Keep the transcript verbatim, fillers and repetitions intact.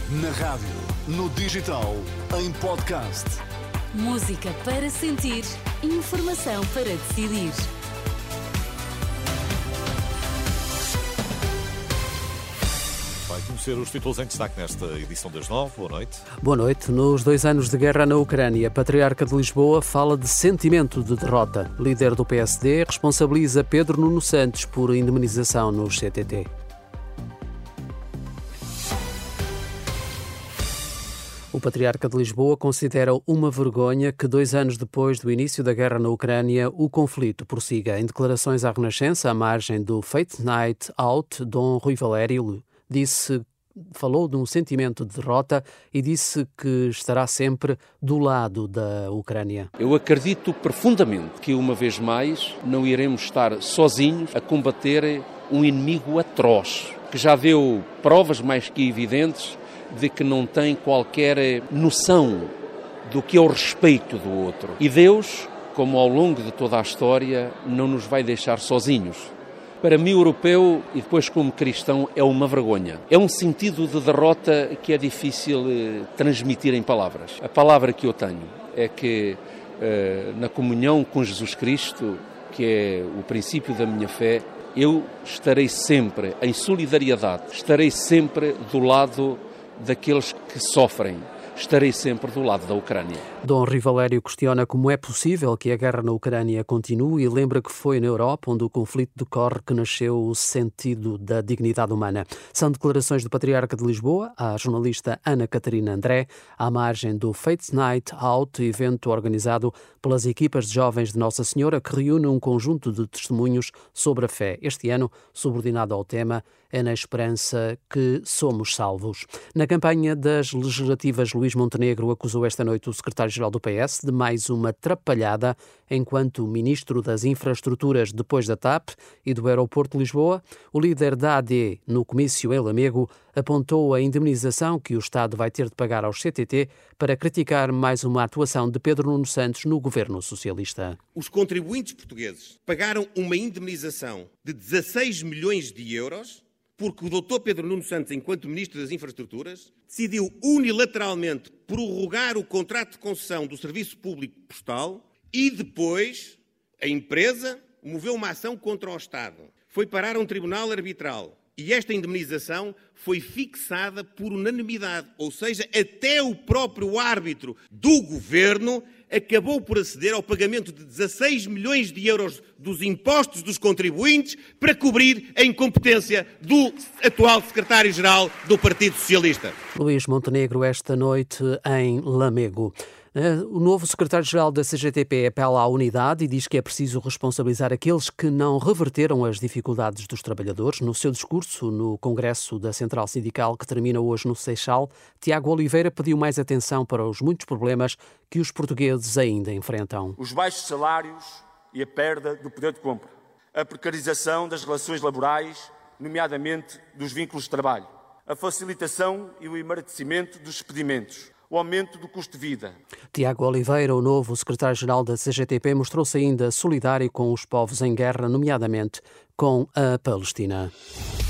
Na rádio, no digital, em podcast. Música para sentir, informação para decidir. Vai conhecer os títulos em destaque nesta edição das nove. Boa noite. Boa noite. Nos dois anos de guerra na Ucrânia, a Patriarca de Lisboa fala de sentimento de derrota. Líder do P S D responsabiliza Pedro Nuno Santos por indemnização no C T T. O Patriarca de Lisboa considera uma vergonha que, dois anos depois do início da guerra na Ucrânia, o conflito prossiga. Em declarações à Renascença, à margem do Fate Night Out, Dom Rui Valério disse, falou de um sentimento de derrota e disse que estará sempre do lado da Ucrânia. Eu acredito profundamente que, uma vez mais, não iremos estar sozinhos a combater um inimigo atroz, que já deu provas mais que evidentes de que não tem qualquer noção do que é o respeito do outro. E Deus, como ao longo de toda a história, não nos vai deixar sozinhos. Para mim, europeu e depois como cristão, é uma vergonha. É um sentido de derrota que é difícil eh, transmitir em palavras. A palavra que eu tenho é que, eh, na comunhão com Jesus Cristo, que é o princípio da minha fé, eu estarei sempre em solidariedade, estarei sempre do lado daqueles que sofrem. Estarei sempre do lado da Ucrânia. Dom Rui Valério questiona como é possível que a guerra na Ucrânia continue e lembra que foi na Europa onde o conflito decorre que nasceu o sentido da dignidade humana. São declarações do Patriarca de Lisboa à jornalista Ana Catarina André, à margem do Faith Night Out, evento organizado pelas equipas de jovens de Nossa Senhora, que reúne um conjunto de testemunhos sobre a fé. Este ano, subordinado ao tema, é na esperança que somos salvos. Na campanha das legislativas, Luís Montenegro acusou esta noite o secretário-geral do P S de mais uma trapalhada enquanto ministro das Infraestruturas depois da T A P e do Aeroporto de Lisboa. O líder da A D, no comício em Lamego, apontou a indemnização que o Estado vai ter de pagar aos C T T para criticar mais uma atuação de Pedro Nuno Santos no governo socialista. Os contribuintes portugueses pagaram uma indemnização de dezasseis milhões de euros porque o doutor Pedro Nuno Santos, enquanto Ministro das Infraestruturas, decidiu unilateralmente prorrogar o contrato de concessão do Serviço Público Postal e depois a empresa moveu uma ação contra o Estado. Foi parar a um tribunal arbitral e esta indemnização foi fixada por unanimidade, ou seja, até o próprio árbitro do governo acabou por aceder ao pagamento de dezasseis milhões de euros dos impostos dos contribuintes para cobrir a incompetência do atual secretário-geral do Partido Socialista. Luís Montenegro, esta noite em Lamego. O novo secretário-geral da C G T P apela à unidade e diz que é preciso responsabilizar aqueles que não reverteram as dificuldades dos trabalhadores. No seu discurso no Congresso da Central Sindical, que termina hoje no Seixal, Tiago Oliveira pediu mais atenção para os muitos problemas que os portugueses ainda enfrentam. Os baixos salários e a perda do poder de compra, a precarização das relações laborais, nomeadamente dos vínculos de trabalho, a facilitação e o emaranhecimento dos expedimentos, o aumento do custo de vida. Tiago Oliveira, o novo secretário-geral da C G T P, mostrou-se ainda solidário com os povos em guerra, nomeadamente com a Palestina.